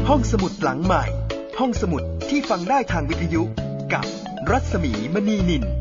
ห้องสมุดหลังใหม่ห้องสมุดที่ฟังได้ทางวิทยุกับรัศมีมณีนิน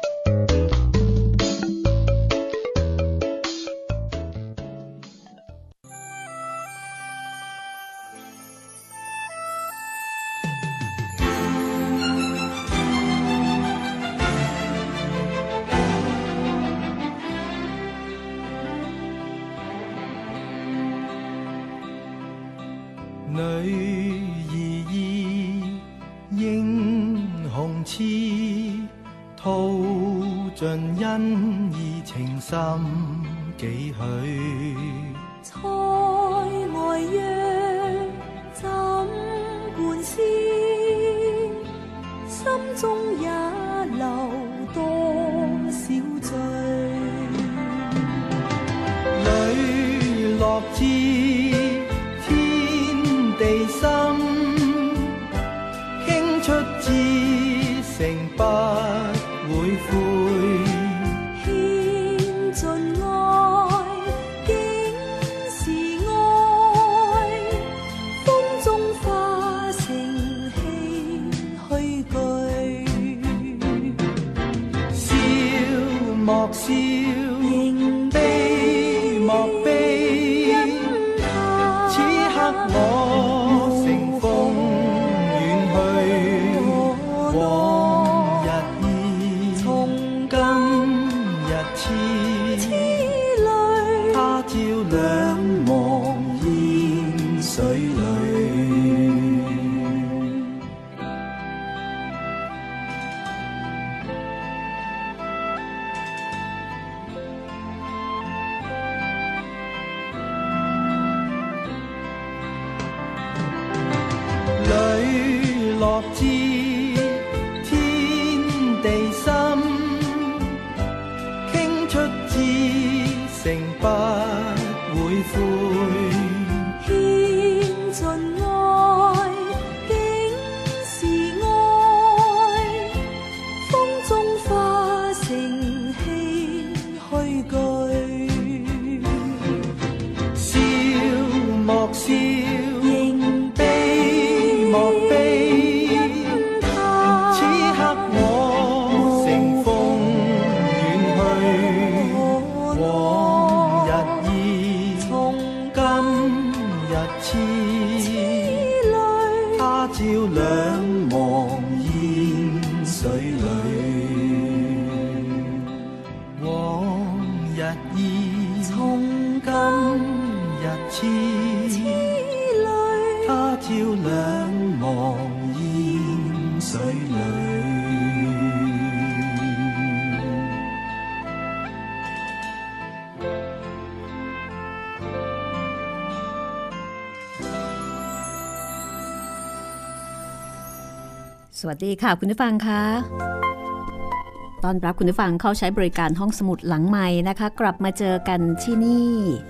สวัสดีค่ะคุณผู้ฟังคะต้อนรับคุณผู้ฟังเข้าใช้บริการห้องสมุดหลังใหม่นะคะกลับมาเจอกันที่นี่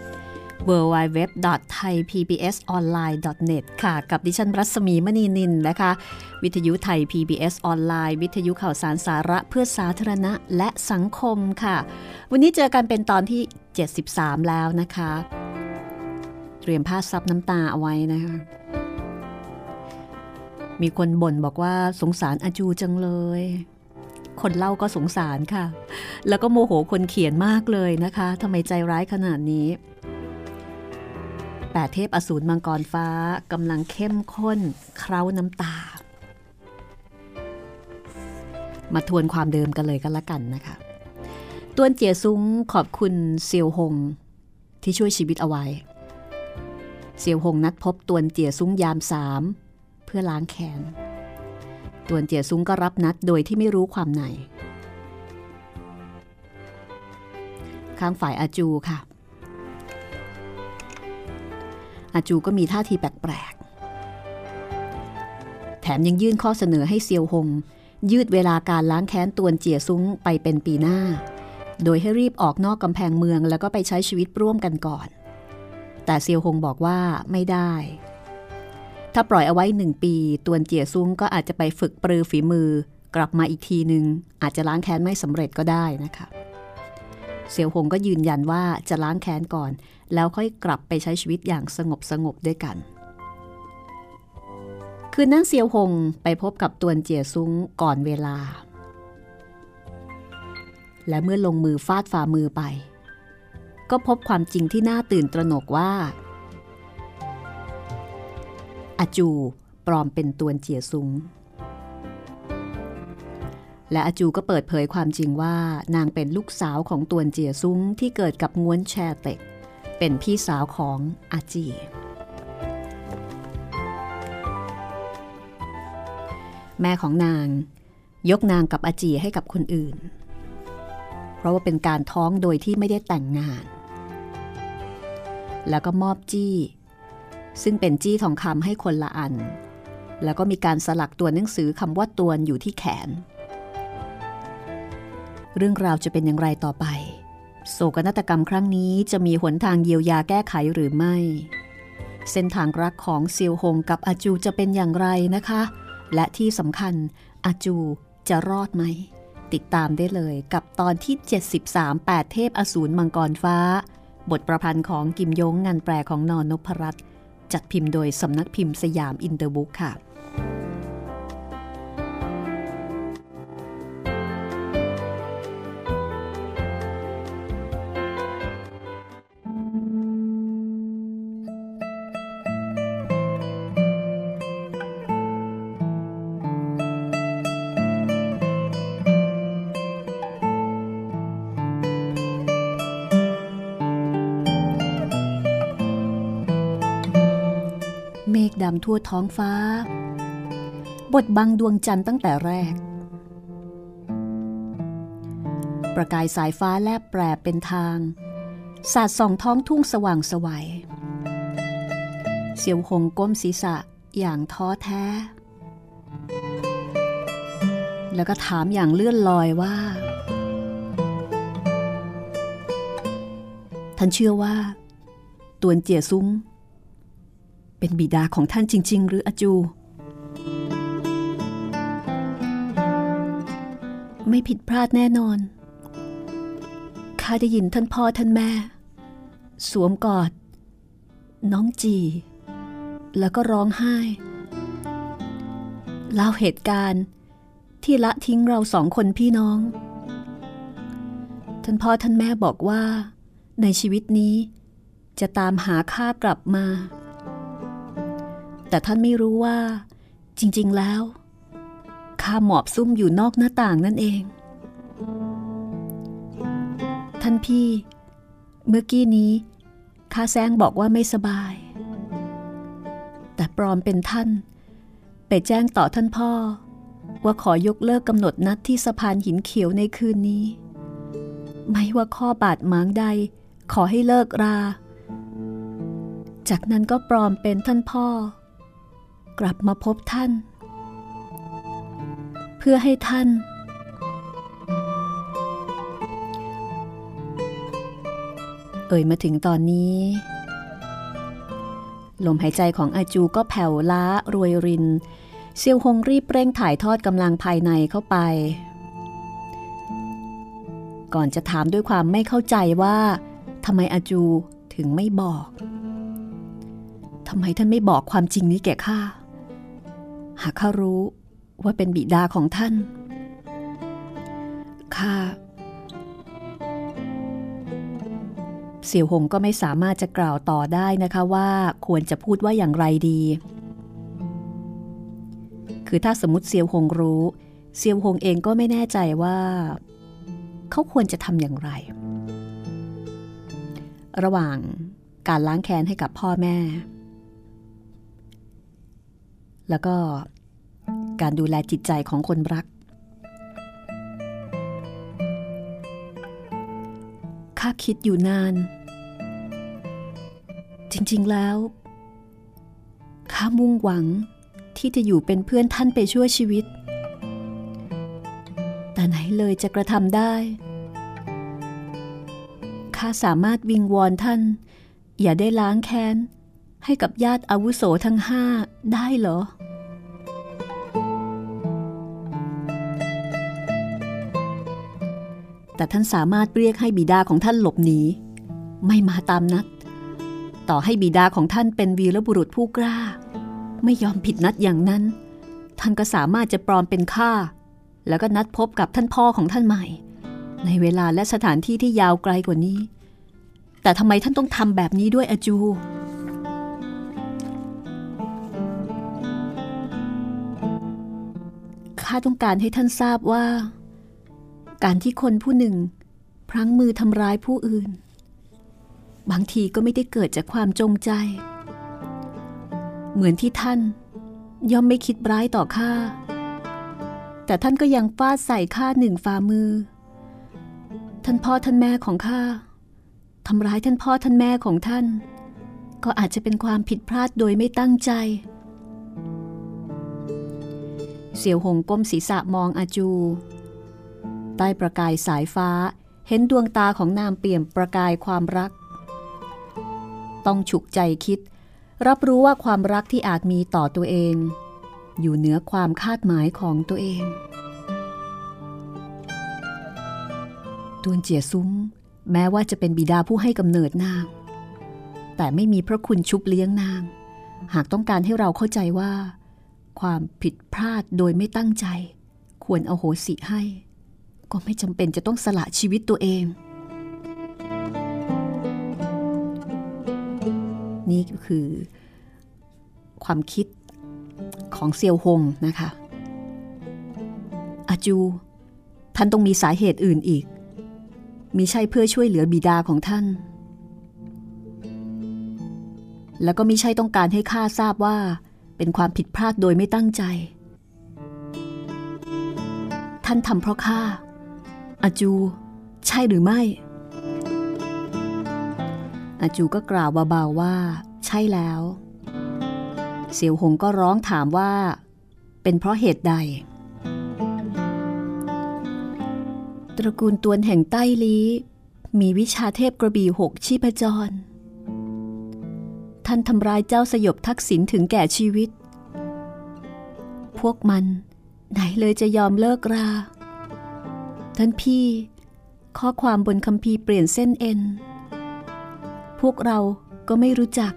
www.thaipbsonline.net ค่ะกับดิฉันรัศมีมณีนินนะคะวิทยุไทย PBS ออนไลน์วิทยุข่าวสารสาระเพื่อสาธารณะและสังคมค่ะวันนี้เจอกันเป็นตอนที่73แล้วนะคะเตรียมผ้าซับน้ำตาเอาไว้นะคะมีคนบ่นบอกว่าสงสารอาจูจังเลยคนเล่าก็สงสารค่ะแล้วก็โมโหคนเขียนมากเลยนะคะทำไมใจร้ายขนาดนี้8เทพอสูรมังกรฟ้ากำลังเข้มข้นเคล้าน้ำตามาทวนความเดิมกันเลยกันละกันนะคะต้วนเจียซุ้งขอบคุณเซียวหงที่ช่วยชีวิตเอาไว้เซียวหงนัดพบต้วนเจียซุ้งยาม3เพื่อล้างแค้นต้วนเจียซุ้งก็รับนัดโดยที่ไม่รู้ความในข้างฝ่ายอาจูค่ะอาจูก็มีท่าทีแปลกๆแถมยังยื่นข้อเสนอให้เซียวหงยืดเวลาการล้างแค้นต้วนเจียซุ้งไปเป็นปีหน้าโดยให้รีบออกนอกกำแพงเมืองแล้วก็ไปใช้ชีวิตร่วมกันก่อนแต่เซียวหงบอกว่าไม่ได้ถ้าปล่อยเอาไว้1 ปีต้วนเจียซุ้งก็อาจจะไปฝึกปรือฝีมือกลับมาอีกทีนึงอาจจะล้างแค้นไม่สำเร็จก็ได้นะคะเซียวหงก็ยืนยันว่าจะล้างแค้นก่อนแล้วค่อยกลับไปใช้ชีวิตอย่างสงบด้วยกันคืนนั้นเซียวหงไปพบกับตวนเจี๋ยซุงก่อนเวลาและเมื่อลงมือฟาดฝ่ามือไปก็พบความจริงที่น่าตื่นตระหนกว่าอาจูปลอมเป็นตวนเจี๋ยซุงและอาจูก็เปิดเผยความจริงว่านางเป็นลูกสาวของตวนเจี๋ยซุงที่เกิดกับง้วนแชเต็กเป็นพี่สาวของอาจีแม่ของนางยกนางกับอาจีให้กับคนอื่นเพราะว่าเป็นการท้องโดยที่ไม่ได้แต่งงานแล้วก็มอบจี้ซึ่งเป็นจี้ทองคำให้คนละอันแล้วก็มีการสลักตัวหนังสือคำว่าตวนอยู่ที่แขนเรื่องราวจะเป็นอย่างไรต่อไปโศกนาฏกรรมครั้งนี้จะมีหนทางเยียวยาแก้ไขหรือไม่เส้นทางรักของเซียวหงกับอาจูจะเป็นอย่างไรนะคะและที่สำคัญอาจูจะรอดไหมติดตามได้เลยกับตอนที่73 8เทพอสูรมังกรฟ้าบทประพันธ์ของกิมยงงานแปลของน.นพรัตน์จัดพิมพ์โดยสำนักพิมพ์สยามอินเตอร์บุ๊กค่ะเมฆดำทั่วท้องฟ้าบดบังดวงจันทร์ตั้งแต่แรกประกายสายฟ้าแลบแปรเป็นทางสาดส่องท้องทุ่งสว่างไสวเสี่ยวหงก้มศีรษะอย่างท้อแท้แล้วก็ถามอย่างเลื่อนลอยว่าท่านเชื่อว่าตวนเจี๋ยซุงเป็นบิดาของท่านจริงๆหรืออาจูไม่ผิดพลาดแน่นอนข้าได้ยินท่านพ่อท่านแม่สวมกอดน้องจีแล้วก็ร้องไห้เล่าเหตุการณ์ที่ละทิ้งเรา2 คนพี่น้องท่านพ่อท่านแม่บอกว่าในชีวิตนี้จะตามหาข้ากลับมาแต่ท่านไม่รู้ว่าจริงๆแล้วข้าหมอบซุ่มอยู่นอกหน้าต่างนั่นเองท่านพี่เมื่อกี้นี้ข้าแซงบอกว่าไม่สบายแต่ปลอมเป็นท่านไปแจ้งต่อท่านพ่อว่าขอยกเลิกกำหนดนัดที่สะพานหินเขียวในคืนนี้ไม่ว่าข้อบาดหมางใดขอให้เลิกราจากนั้นก็ปลอมเป็นท่านพ่อกลับมาพบท่านเพื่อให้ท่านมาถึงตอนนี้ลมหายใจของอาจูก็แผ่วล้ารวยรินเซียวหงรีบเร่งถ่ายทอดกำลังภายในเข้าไปก่อนจะถามด้วยความไม่เข้าใจว่าทำไมอาจูถึงไม่บอกทำไมท่านไม่บอกความจริงนี้แก่ข้าหากข้ารู้ว่าเป็นบิดาของท่านข้าเสี่ยวหงก็ไม่สามารถจะกล่าวต่อได้นะคะว่าควรจะพูดว่าอย่างไรดีคือถ้าสมมติเสี่ยวหงรู้เสี่ยวหงเองก็ไม่แน่ใจว่าเขาควรจะทำอย่างไรระหว่างการล้างแค้นให้กับพ่อแม่แล้วก็การดูแลจิตใจของคนรักข้าคิดอยู่นานจริงๆแล้วข้ามุ่งหวังที่จะอยู่เป็นเพื่อนท่านไปชั่วชีวิตแต่ไหนเลยจะกระทำได้ข้าสามารถวิงวอนท่านอย่าได้ล้างแค้นให้กับญาติอาวุโสทั้ง5ได้เหรอแต่ท่านสามารถเรียกให้บิดาของท่านหลบหนีไม่มาตามนัดต่อให้บิดาของท่านเป็นวีรบุรุษผู้กล้าไม่ยอมผิดนัดอย่างนั้นท่านก็สามารถจะปลอมเป็นข้าแล้วก็นัดพบกับท่านพ่อของท่านใหม่ในเวลาและสถานที่ที่ยาวไกลกว่านี้แต่ทำไมท่านต้องทำแบบนี้ด้วยอาจูข้าต้องการให้ท่านทราบว่าการที่คนผู้หนึ่งพลั้งมือทำร้ายผู้อื่นบางทีก็ไม่ได้เกิดจากความจงใจเหมือนที่ท่านย่อมไม่คิดร้ายต่อข้าแต่ท่านก็ยังฟาดใส่ข้าหนึ่งฝ่ามือท่านพ่อท่านแม่ของข้าทำร้ายท่านพ่อท่านแม่ของท่านก็อาจจะเป็นความผิดพลาดโดยไม่ตั้งใจเสี่ยวหงก้มศีรษะมองอาจูใต้ประกายสายฟ้าเห็นดวงตาของนางเปี่ยมประกายความรักต้องฉุกใจคิดรับรู้ว่าความรักที่อาจมีต่อตัวเองอยู่เหนือความคาดหมายของตัวเองตวนเจี๋ยซุ้งแม้ว่าจะเป็นบิดาผู้ให้กำเนิดนางแต่ไม่มีพระคุณชุบเลี้ยงนางหากต้องการให้เราเข้าใจว่าความผิดพลาดโดยไม่ตั้งใจควรอโหสิให้ก็ไม่จำเป็นจะต้องสละชีวิตตัวเองนี่ก็คือความคิดของเซียวหงนะคะอาจูท่านต้องมีสาเหตุอื่นอีกมิใช่เพื่อช่วยเหลือบิดาของท่านแล้วก็มิใช่ต้องการให้ข้าทราบว่าเป็นความผิดพลาดโดยไม่ตั้งใจท่านทำเพราะข้าอาจูใช่หรือไม่อาจูก็กล่าวเบาๆว่าใช่แล้วเสี่ยวหงก็ร้องถามว่าเป็นเพราะเหตุใดตระกูลตวนแห่งใต้ลี้มีวิชาเทพกระบี่6ชีพจรท่านทำร้ายเจ้าสยบทักษิณถึงแก่ชีวิตพวกมันไหนเลยจะยอมเลิกราท่านพี่ข้อความบนคัมภีร์เปลี่ยนเส้นเอ็นพวกเราก็ไม่รู้จัก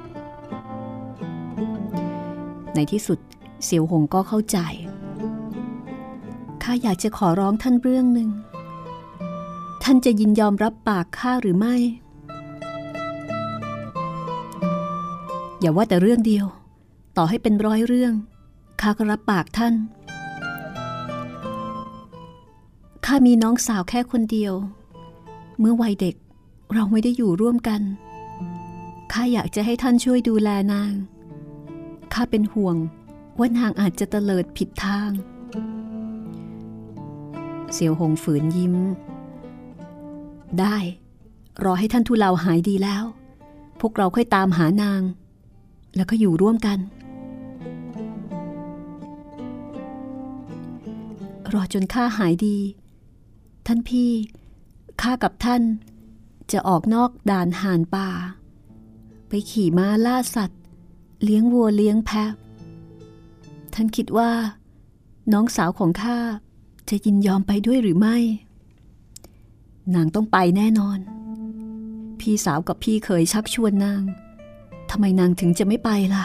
ในที่สุดเสี่ยวหงก็เข้าใจข้าอยากจะขอร้องท่านเรื่องหนึ่งท่านจะยินยอมรับปากข้าหรือไม่อย่าว่าแต่เรื่องเดียวต่อให้เป็น100เรื่องข้าก็รับปากท่านข้ามีน้องสาวแค่คนเดียวเมื่อวัยเด็กเราไม่ได้อยู่ร่วมกันข้าอยากจะให้ท่านช่วยดูแลนางข้าเป็นห่วงว่านางอาจจะเตลิดผิดทางเสี่ยวหงฝืนยิ้มได้รอให้ท่านทุเลาหายดีแล้วพวกเราค่อยตามหานางแล้วก็อยู่ร่วมกันรอจนข้าหายดีท่านพี่ข้ากับท่านจะออกนอกด่านห่านป่าไปขี่ม้าล่าสัตว์เลี้ยงวัวเลี้ยงแพะท่านคิดว่าน้องสาวของข้าจะยินยอมไปด้วยหรือไม่นางต้องไปแน่นอนพี่สาวกับพี่เคยชักชวนนางทำไมนางถึงจะไม่ไปล่ะ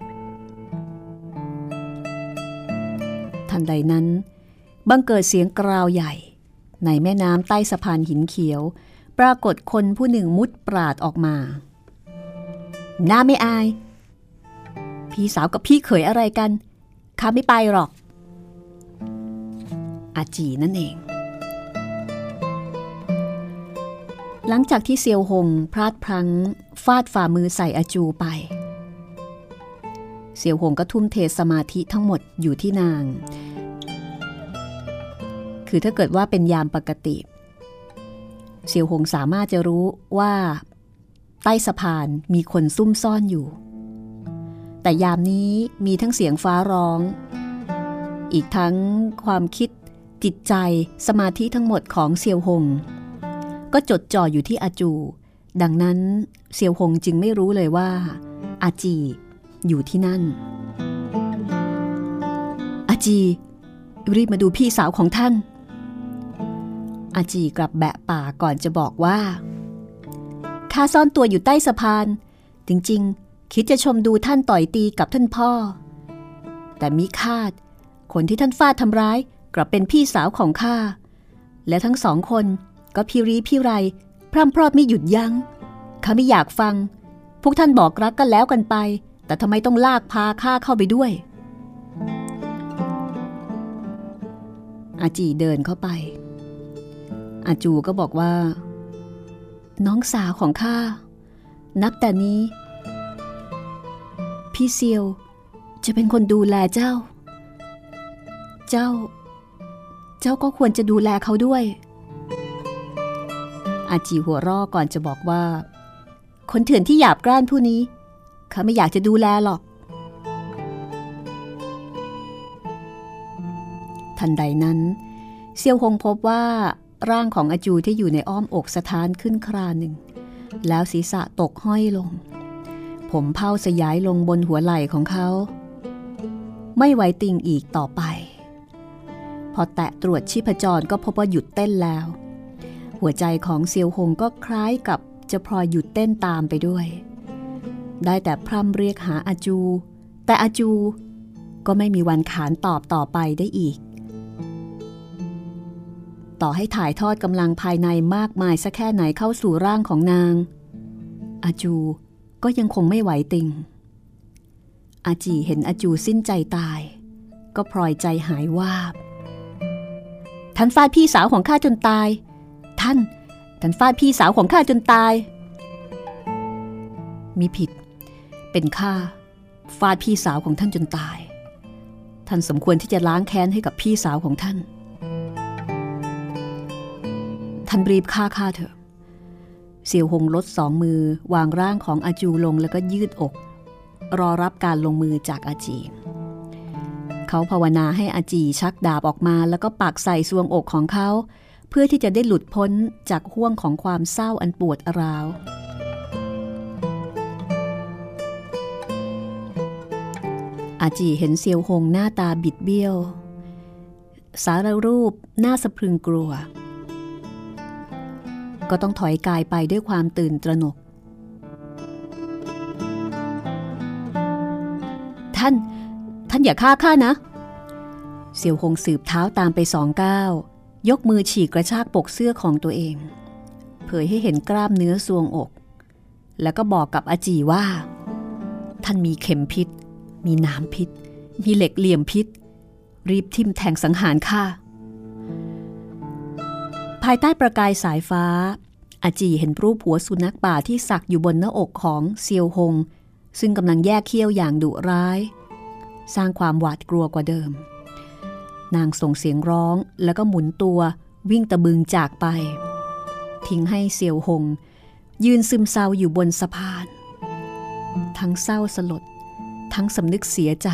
ทันใดนั้นบังเกิดเสียงกราวใหญ่ในแม่น้ำใต้สะพานหินเขียวปรากฏคนผู้หนึ่งมุดปราดออกมาน่าไม่อายพี่สาวกับพี่เขยอะไรกันข้าไม่ไปหรอกอาจีนั่นเองหลังจากที่เซียวหงพลาดพลั้งฟาดฝ่ามือใส่อาจูไปเซียวหงก็ทุ่มเทสมาธิทั้งหมดอยู่ที่นางคือถ้าเกิดว่าเป็นยามปกติเซียวหงสามารถจะรู้ว่าใต้สะพานมีคนซุ่มซ่อนอยู่แต่ยามนี้มีทั้งเสียงฟ้าร้องอีกทั้งความคิดจิตใจสมาธิทั้งหมดของเซียวหงก็จดจ่ออยู่ที่อาจูดังนั้นเซียวหงจึงไม่รู้เลยว่าอาจีอยู่ที่นั่นอาจีรีบมาดูพี่สาวของท่านอาจีกลับแบะป่าก่อนจะบอกว่าข้าซ่อนตัวอยู่ใต้สะพานจริงๆคิดจะชมดูท่านต่อยตีกับท่านพ่อแต่มิคาดคนที่ท่านฟาดทำร้ายกลับเป็นพี่สาวของข้าและทั้งสองคนก็พิรีพิไรพร่ำพรอดไม่หยุดยั้งข้าไม่อยากฟังพวกท่านบอกรักกันแล้วกันไปแต่ทำไมต้องลากพาข้าเข้าไปด้วยอาจีเดินเข้าไปอาจูก็บอกว่าน้องสาวของข้านับแต่นี้พี่เซียวจะเป็นคนดูแลเจ้าก็ควรจะดูแลเขาด้วยอาจีหัวเราะก่อนจะบอกว่าคนเถื่อนที่หยาบกร้านผู้นี้ข้าไม่อยากจะดูแลหรอกทันใดนั้นเซียวฮงพบว่าร่างของอาจูที่อยู่ในอ้อมอกสะท้านขึ้นคราหนึ่งแล้วศีรษะตกห้อยลงผมเผ้าสยายลงบนหัวไหล่ของเขาไม่ไหวติงอีกต่อไปพอแตะตรวจชีพจรก็พบว่าหยุดเต้นแล้วหัวใจของเซียวฮงก็คล้ายกับจะพลอยหยุดเต้นตามไปด้วยได้แต่พร่ำเรียกหาอาจูแต่อาจูก็ไม่มีวันขานตอบต่อไปได้อีกต่อให้ถ่ายทอดกำลังภายในมากมายสักแค่ไหนเข้าสู่ร่างของนางอาจูก็ยังคงไม่ไหวติงอาจีเห็นอาจูสิ้นใจตายก็พลอยใจหายวาบท่านฟาดพี่สาวของข้าจนตายท่านฟาดพี่สาวของข้าจนตายมิผิดเป็นข้าฟาดพี่สาวของท่านจนตายท่านสมควรที่จะล้างแค้นให้กับพี่สาวของท่านรีบฆ่าเถอะเสี่ยวหงลดสองมือวางร่างของอาจูลงแล้วก็ยืดอกรอรับการลงมือจากอาจีเขาภาวนาให้อาจีชักดาบออกมาแล้วก็ปักใส่ซวงอกของเขาเพื่อที่จะได้หลุดพ้นจากห้วงของความเศร้าอันปวดร้าวอาจีเห็นเสี่ยวหงหน้าตาบิดเบี้ยวสารรูปหน้าสะพรึงกลัวก็ต้องถอยกายไปด้วยความตื่นตระหนกท่านอย่าฆ่าข้านะเสี่ยวหงสืบเท้าตามไป2 ก้าวยกมือฉีกกระชากปกเสื้อของตัวเองเผยให้เห็นกล้ามเนื้อซวงอกแล้วก็บอกกับอาจีว่าท่านมีเข็มพิษมีน้ำพิษมีเหล็กเหลี่ยมพิษรีบทิ่มแทงสังหารข้าภายใต้ประกายสายฟ้าอาจีเห็นรูปหัวสุนัขป่าที่สักอยู่บนหน้าอกของเซียวหงซึ่งกำลังแยกเขี้ยวอย่างดุร้ายสร้างความหวาดกลัวกว่าเดิมนางส่งเสียงร้องแล้วก็หมุนตัววิ่งตะบึงจากไปทิ้งให้เซียวหงยืนซึมเศร้าอยู่บนสะพานทั้งเศร้าสลดทั้งสำนึกเสียใจ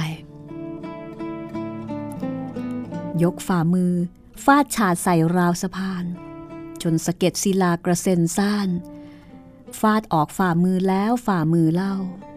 ยกฝ่ามือฟาดฉาดใส่ราวสะพานจนสะเก็ดศิลากระเซ็นซ่านฟาดออกฝ่ามือแล้วฝ่ามือเล่า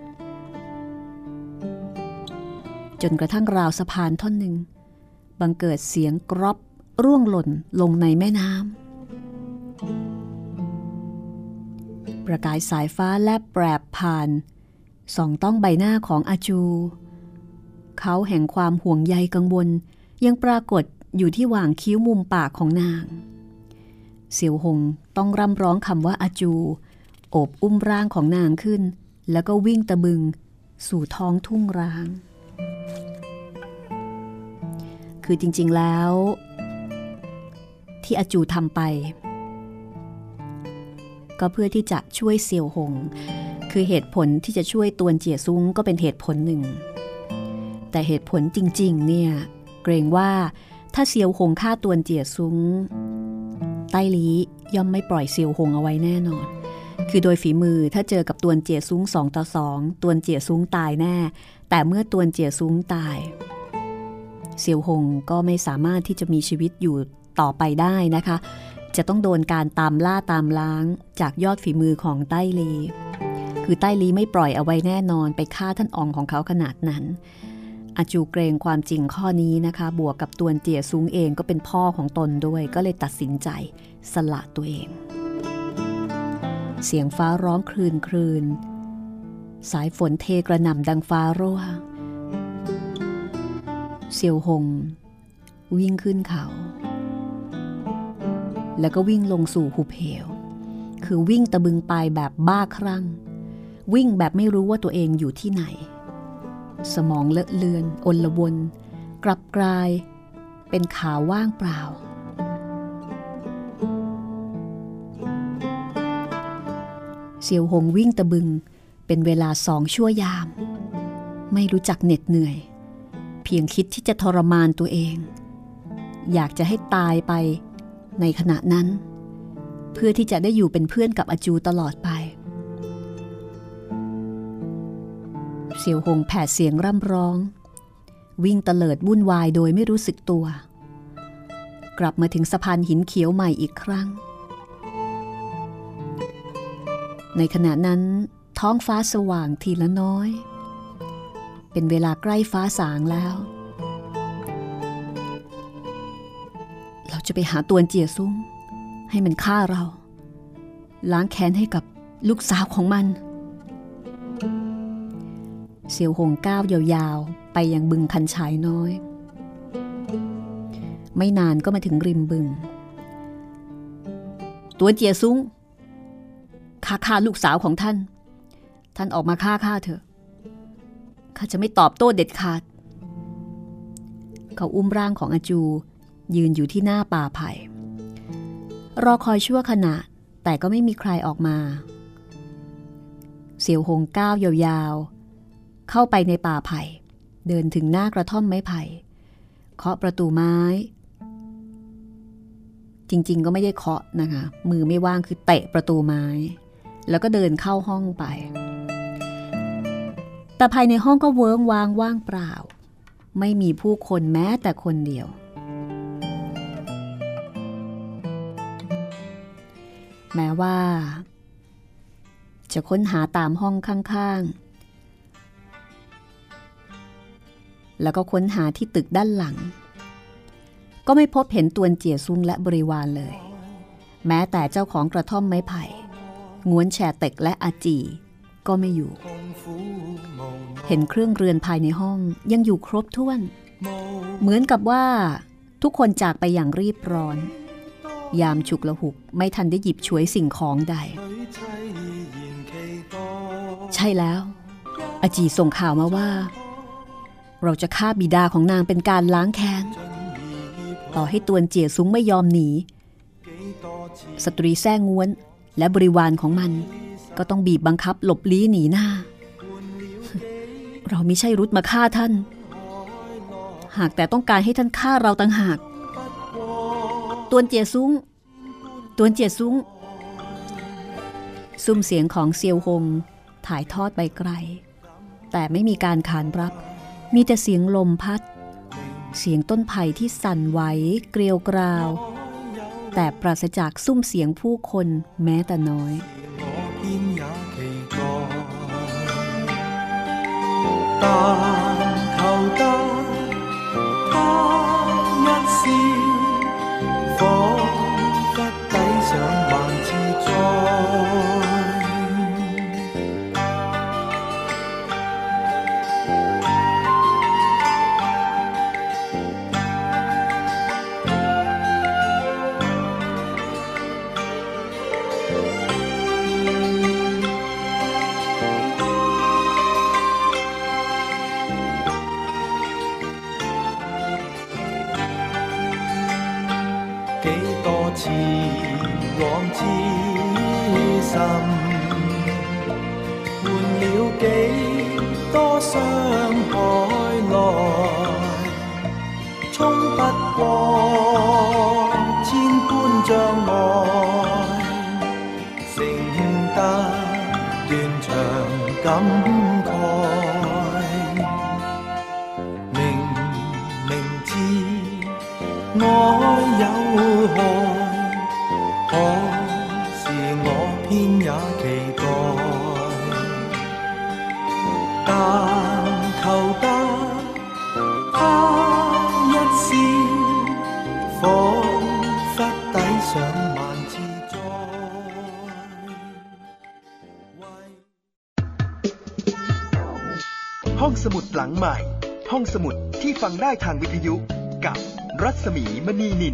จนกระทั่งราวสะพานท่อนหนึ่งบังเกิดเสียงกรอบร่วงหล่นลงในแม่น้ำประกายสายฟ้าแลบแปรบผ่านส่องต้องใบหน้าของอาจูเขาแห่งความห่วงใยกังวลยังปรากฏอยู่ที่หว่างคิ้วมุมปากของนางเสี่ยวหงต้องร่ำร้องคำว่าอาจูโอบอุ้มร่างของนางขึ้นแล้วก็วิ่งตะบึงสู่ท้องทุ่งร้างคือจริงๆแล้วที่อาจูทำไปก็เพื่อที่จะช่วยเสี่ยวหงคือเหตุผลที่จะช่วยตวนเจี๋ยซุ้งก็เป็นเหตุผลหนึ่งแต่เหตุผลจริงๆเนี่ยเกรงว่าถ้าเซียวหงฆ่าตวนเจี๋ยซุ้งใต้ลี้ย่อมไม่ปล่อยเซียวหงเอาไว้แน่นอนคือโดยฝีมือถ้าเจอกับตวนเจี๋ยซุ้ง2-2ตวนเจี๋ยซุ้งตายแน่แต่เมื่อตวนเจี๋ยซุ้งตายเซียวหงก็ไม่สามารถที่จะมีชีวิตอยู่ต่อไปได้นะคะจะต้องโดนการตามล่าตามล้างจากยอดฝีมือของใต้ลี้คือใต้ลี้ไม่ปล่อยเอาไว้แน่นอนไปฆ่าท่านอ๋องของเขาขนาดนั้นอาจูเกรงความจริงข้อนี้นะคะบวกกับตวนเจี๋ยซุ้งเองก็เป็นพ่อของตนด้วยก็เลยตัดสินใจสละตัวเองเสียงฟ้าร้องครืนสายฝนเทกระหน่ำดังฟ้ารั่วเซียวหงวิ่งขึ้นเขาแล้วก็วิ่งลงสู่หุบเหวคือวิ่งตะบึงไปแบบบ้าคลั่งวิ่งแบบไม่รู้ว่าตัวเองอยู่ที่ไหนสมองเลอะเลือนอลวนกลับกลายเป็นขาว่างเปล่าเซียวหงวิ่งตะบึงเป็นเวลา2 ชั่วยามไม่รู้จักเหน็ดเหนื่อยเพียงคิดที่จะทรมานตัวเองอยากจะให้ตายไปในขณะนั้นเพื่อที่จะได้อยู่เป็นเพื่อนกับอาจูตลอดไปเสี่ยวหงแผดเสียงร่ำร้องวิ่งเตลิดวุ่นวายโดยไม่รู้สึกตัวกลับมาถึงสะพานหินเขียวใหม่อีกครั้งในขณะนั้นท้องฟ้าสว่างทีละน้อยเป็นเวลาใกล้ฟ้าสางแล้วเราจะไปหาตวนเจียซุ้งให้มันฆ่าเราล้างแค้นให้กับลูกสาวของมันเสี่ยวหงก้าวยาวๆไปยังบึงคันฉายน้อยไม่นานก็มาถึงริมบึงตวนเจียซุ้งฆ่าลูกสาวของท่านออกมาฆ่าเถอะข้าจะไม่ตอบโต้เด็ดขาดเขาอุ้มร่างของอาจูยืนอยู่ที่หน้าป่าไผ่รอคอยชั่วขณะแต่ก็ไม่มีใครออกมาเสี่ยวหงก้าวยาวๆเข้าไปในป่าไผ่เดินถึงหน้ากระท่อมไม้ไผ่เคาะประตูไม้จริงๆก็ไม่ได้เคาะนะคะมือไม่ว่างคือเตะประตูไม้แล้วก็เดินเข้าห้องไปแต่ภายในห้องก็เวิ้งว้างว่างเปล่าไม่มีผู้คนแม้แต่คนเดียวแม้ว่าจะค้นหาตามห้องข้างๆแล้วก็ค้นหาที่ตึกด้านหลังก็ไม่พบเห็นตวนเจียซุ้งและบริวารเลยแม้แต่เจ้าของกระท่อมไม้ไผ่ง้วนแฉเต็กและอาจีก็ไม่อยู่เห็นเครื่องเรือนภายในห้องยังอยู่ครบถ้วนเหมือนกับว่าทุกคนจากไปอย่างรีบร้อนยามฉุกละหุกไม่ทันได้หยิบฉวยสิ่งของใดใช่แล้วอาจีส่งข่าวมาว่าเราจะฆ่าบิดาของนางเป็นการล้างแค้นต่อให้ตวนเจียซุ้งไม่ยอมหนีสตรีแซ่ง้วนและบริวารของมันก็ต้องบีบบังคับหลบลี้หนีหน้าเราไม่ใช่รุดมาฆ่าท่านหากแต่ต้องการให้ท่านฆ่าเราต่างหากตวนเจียซุ้งซุ้มเสียงของเซียวหงถ่ายทอดไปไกลแต่ไม่มีการขานรับมีแต่เสียงลมพัดเสียงต้นไผ่ที่สั่นไหวเกลียวกราวแต่ปราศจากซุ้มเสียงผู้คนแม้แต่น้อย但求得他一笑，彷彿抵上萬次災。似往之心，換了幾多傷害來，衝不過千般障礙，承得斷腸感慨，明知愛有害。可是我偏也期待，但求得他一笑，彷彿抵上萬次災。 มุดหลังใหม่ห้องสมุดที่ฟังได้ทางวิทยุกับรัศมีมณีนิน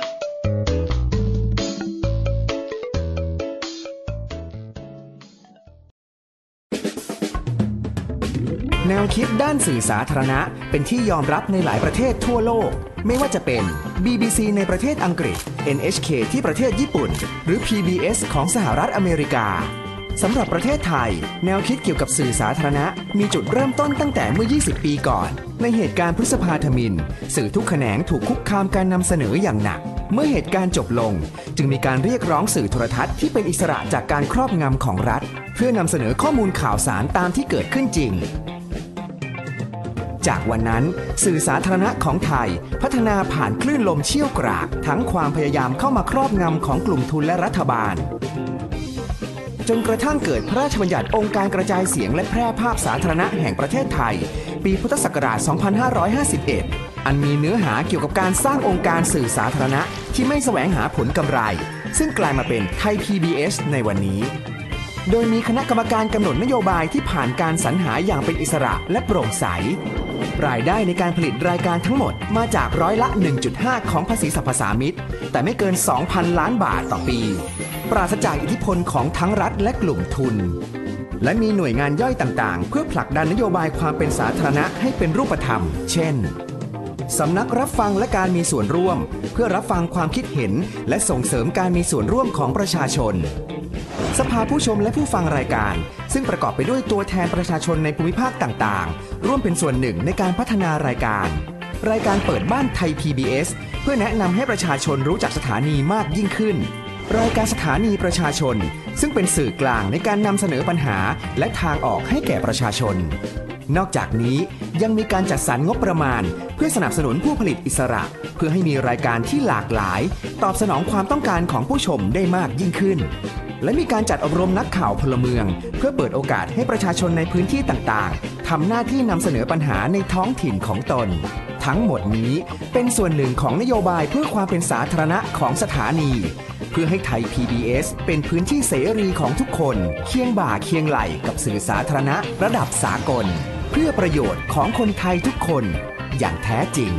แนวคิดด้านสื่อสาธารณะเป็นที่ยอมรับในหลายประเทศทั่วโลกไม่ว่าจะเป็น BBC ในประเทศอังกฤษ NHK ที่ประเทศญี่ปุ่นหรือ PBS ของสหรัฐอเมริกาสำหรับประเทศไทยแนวคิดเกี่ยวกับสื่อสาธารณะมีจุดเริ่มต้นตั้งแต่เมื่อ 20 ปีก่อนในเหตุการณ์พฤษภาธมิฬสื่อทุกแขนงถูกคุกคามการนำเสนออย่างหนักเมื่อเหตุการณ์จบลงจึงมีการเรียกร้องสื่อโทรทัศน์ที่เป็นอิสระจากการครอบงำของรัฐเพื่อนำเสนอข้อมูลข่าวสารตามที่เกิดขึ้นจริงจากวันนั้นสื่อสาธารณะของไทยพัฒนาผ่านคลื่นลมเชี่ยวกรากทั้งความพยายามเข้ามาครอบงำของกลุ่มทุนและรัฐบาลจนกระทั่งเกิดพระราชบัญญัติองค์การกระจายเสียงและแพร่ภาพสาธารณะแห่งประเทศไทยปีพุทธศักราช 2551 อันมีเนื้อหาเกี่ยวกับการสร้างองค์การสื่อสาธารณะที่ไม่แสวงหาผลกำไรซึ่งกลายมาเป็นไทย PBS ในวันนี้โดยมีคณะกรรมการกำหนดนโยบายที่ผ่านการสรรหาอย่างเป็นอิสระและโปร่งใสรายได้ในการผลิตรายการทั้งหมดมาจากร้อยละ 1.5 ของภาษีสรรพสามิตแต่ไม่เกิน 2,000 ล้านบาทต่อปีปราศจากอิทธิพลของทั้งรัฐและกลุ่มทุนและมีหน่วยงานย่อยต่างๆเพื่อผลักดันนโยบายความเป็นสาธารณะให้เป็นรูปธรรมเช่นสำนักรับฟังและการมีส่วนร่วมเพื่อรับฟังความคิดเห็นและส่งเสริมการมีส่วนร่วมของประชาชนสภาผู้ชมและผู้ฟังรายการซึ่งประกอบไปด้วยตัวแทนประชาชนในภูมิภาคต่างๆร่วมเป็นส่วนหนึ่งในการพัฒนารายการเปิดบ้านไทย PBS เพื่อแนะนำให้ประชาชนรู้จักสถานีมากยิ่งขึ้นรายการสถานีประชาชนซึ่งเป็นสื่อกลางในการนำเสนอปัญหาและทางออกให้แก่ประชาชนนอกจากนี้ยังมีการจัดสรรงบประมาณเพื่อสนับสนุนผู้ผลิตอิสระเพื่อให้มีรายการที่หลากหลายตอบสนองความต้องการของผู้ชมได้มากยิ่งขึ้นและมีการจัดอบรมนักข่าวพลเมืองเพื่อเปิดโอกาสให้ประชาชนในพื้นที่ต่างๆทำหน้าที่นำเสนอปัญหาในท้องถิ่นของตนทั้งหมดนี้เป็นส่วนหนึ่งของนโยบายเพื่อความเป็นสาธารณะของสถานีเพื่อให้ไทย PBS เป็นพื้นที่เสรีของทุกคนเคียงบ่าเคียงไหล่กับสื่อสาธารณะระดับสากลเพื่อประโยชน์ของคนไทยทุกคนอย่างแท้จริง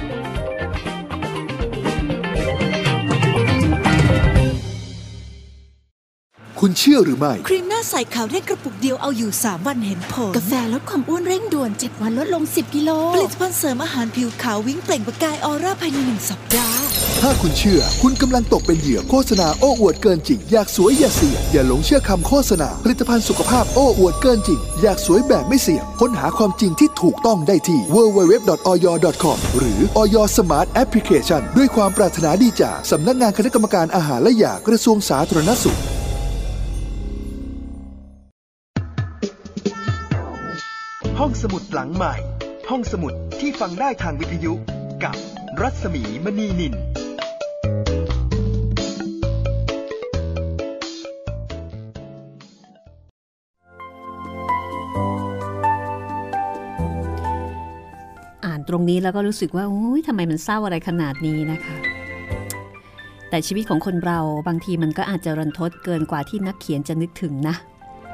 คุณเชื่อหรือไม่ครีมหน้าใสขาวเร่งกระปุกเดียวเอาอยู่3วันเห็นผลกาแฟลดความอ้วนเร่งด่วน7วันลดลง10กิโลผลิตภัณฑ์เสริมอาหารผิวขาววิ่งเปล่งประกายออร่าภายใน1สัปดาห์ถ้าคุณเชื่อคุณกำลังตกเป็นเหยื่อโฆษณาโอ้อวดเกินจริงอยากสวยอย่าเสี่ยงอย่าหลงเชื่อคำโฆษณาผลิตภัณฑ์สุขภาพโอ้อวดเกินจริงอยากสวยแบบไม่เสี่ยงค้นหาความจริงที่ถูกต้องได้ที่ www.oyo.com หรือ Oyo Smart Application ด้วยความปรารถนาดีจากสำนักงานคณะกรรมการอาหารและยากระทรวงสาธารณสุขห้องสมุดหลังใหม่ห้องสมุดที่ฟังได้ทางวิทยุกับรัศมีมณีนินอ่านตรงนี้แล้วก็รู้สึกว่าทำไมมันเศร้าอะไรขนาดนี้นะคะแต่ชีวิตของคนเราบางทีมันก็อาจจะรันทดเกินกว่าที่นักเขียนจะนึกถึงนะ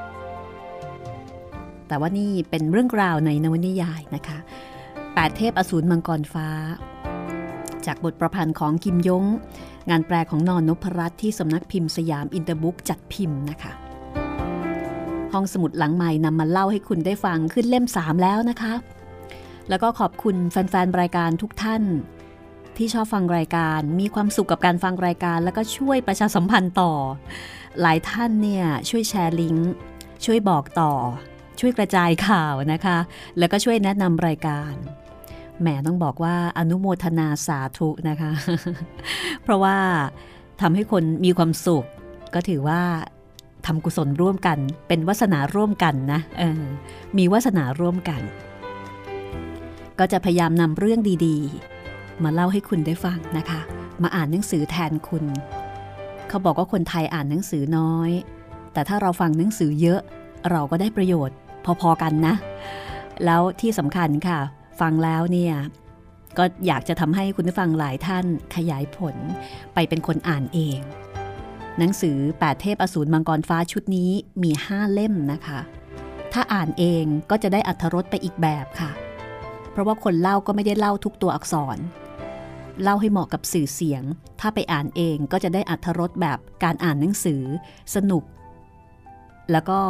แต่ว่านี่เป็นเรื่องราวในนวนิยายนะคะ8เทพอสูรมังกรฟ้าจากบทประพันธ์ของกิมยงงานแปลของนนพรัตน์ที่สำนักพิมพ์สยามอินเตอร์บุ๊กจัดพิมพ์นะคะห้องสมุดหลังใหม่นำมาเล่าให้คุณได้ฟังขึ้นเล่ม3แล้วนะคะแล้วก็ขอบคุณแฟนๆรายการทุกท่านที่ชอบฟังรายการมีความสุขกับการฟังรายการแล้วก็ช่วยประชาสัมพันธ์ต่อหลายท่านเนี่ยช่วยแชร์ลิงก์ช่วยบอกต่อช่วยกระจายข่าวนะคะแล้วก็ช่วยแนะนำรายการแหมต้องบอกว่าอนุโมทนาสาธุนะคะ เพราะว่าทำให้คนมีความสุขก็ถือว่าทำกุศลร่วมกันเป็นวาสนาร่วมกันนะมีวาสนาร่วมกันก็จะพยายามนำเรื่องดีๆมาเล่าให้คุณได้ฟังนะคะมาอ่านหนังสือแทนคุณเขาบอกว่าคนไทยอ่านหนังสือน้อยแต่ถ้าเราฟังหนังสือเยอะเราก็ได้ประโยชน์พอๆกันนะแล้วที่สำคัญค่ะฟังแล้วเนี่ยก็อยากจะทำให้คุณผู้ฟังหลายท่านขยายผลไปเป็นคนอ่านเองหนังสือ8เทพอสูรมังกรฟ้าชุดนี้มี5เล่มนะคะถ้าอ่านเองก็จะได้อรรถรสไปอีกแบบค่ะเพราะว่าคนเล่าก็ไม่ได้เล่าทุกตัวอักษรเล่าให้เหมาะกับสื่อเสียงถ้าไปอ่านเองก็จะได้อรรถรสแบบการอ่านหนังสือสนุกแล้วก็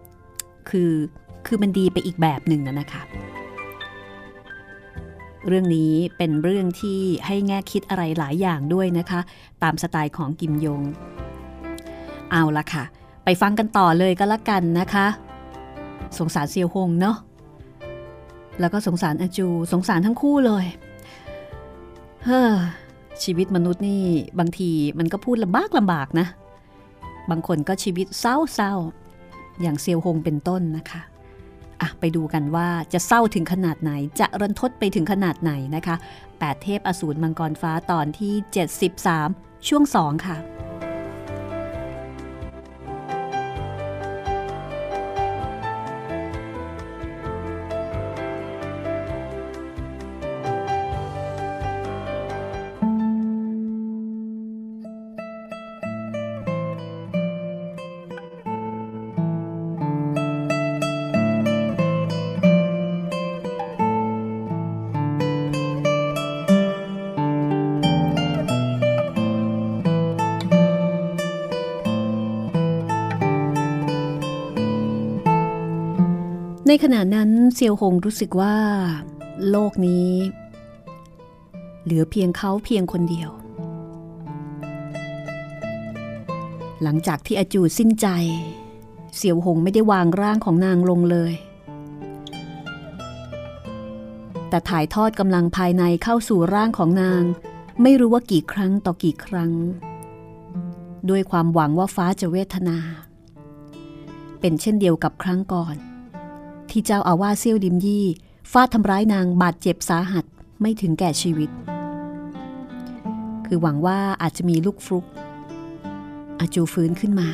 คือมันดีไปอีกแบบหนึ่งนะคะเรื่องนี้เป็นเรื่องที่ให้แง่คิดอะไรหลายอย่างด้วยนะคะตามสไตล์ของกิมยงเอาละค่ะไปฟังกันต่อเลยก็แล้วกันนะคะสงสารเซียวฮงเนาะแล้วก็สงสารอาจูสงสารทั้งคู่เลยชีวิตมนุษย์นี่บางทีมันก็พูดลำบากนะบางคนก็ชีวิตเศร้าอย่างเซียวฮงเป็นต้นนะคะไปดูกันว่าจะเศร้าถึงขนาดไหนจะรันทดไปถึงขนาดไหนนะคะ8เทพอสูรมังกรฟ้าตอนที่73ช่วง2ค่ะในขณะนั้นเซียวฮงรู้สึกว่าโลกนี้เหลือเพียงเขาเพียงคนเดียวหลังจากที่อาจูสิ้นใจเซียวฮงไม่ได้วางร่างของนางลงเลยแต่ถ่ายทอดกำลังภายในเข้าสู่ร่างของนางไม่รู้ว่ากี่ครั้งต่อกี่ครั้งด้วยความหวังว่าฟ้าจะเวทนาเป็นเช่นเดียวกับครั้งก่อนที่เจ้าอาวาสเซี่ยวดิมยี่ฟาดทำร้ายนางบาดเจ็บสาหัสไม่ถึงแก่ชีวิตคือหวังว่าอาจจะมีลูกฟลุกอาจูฟื้นขึ้นมา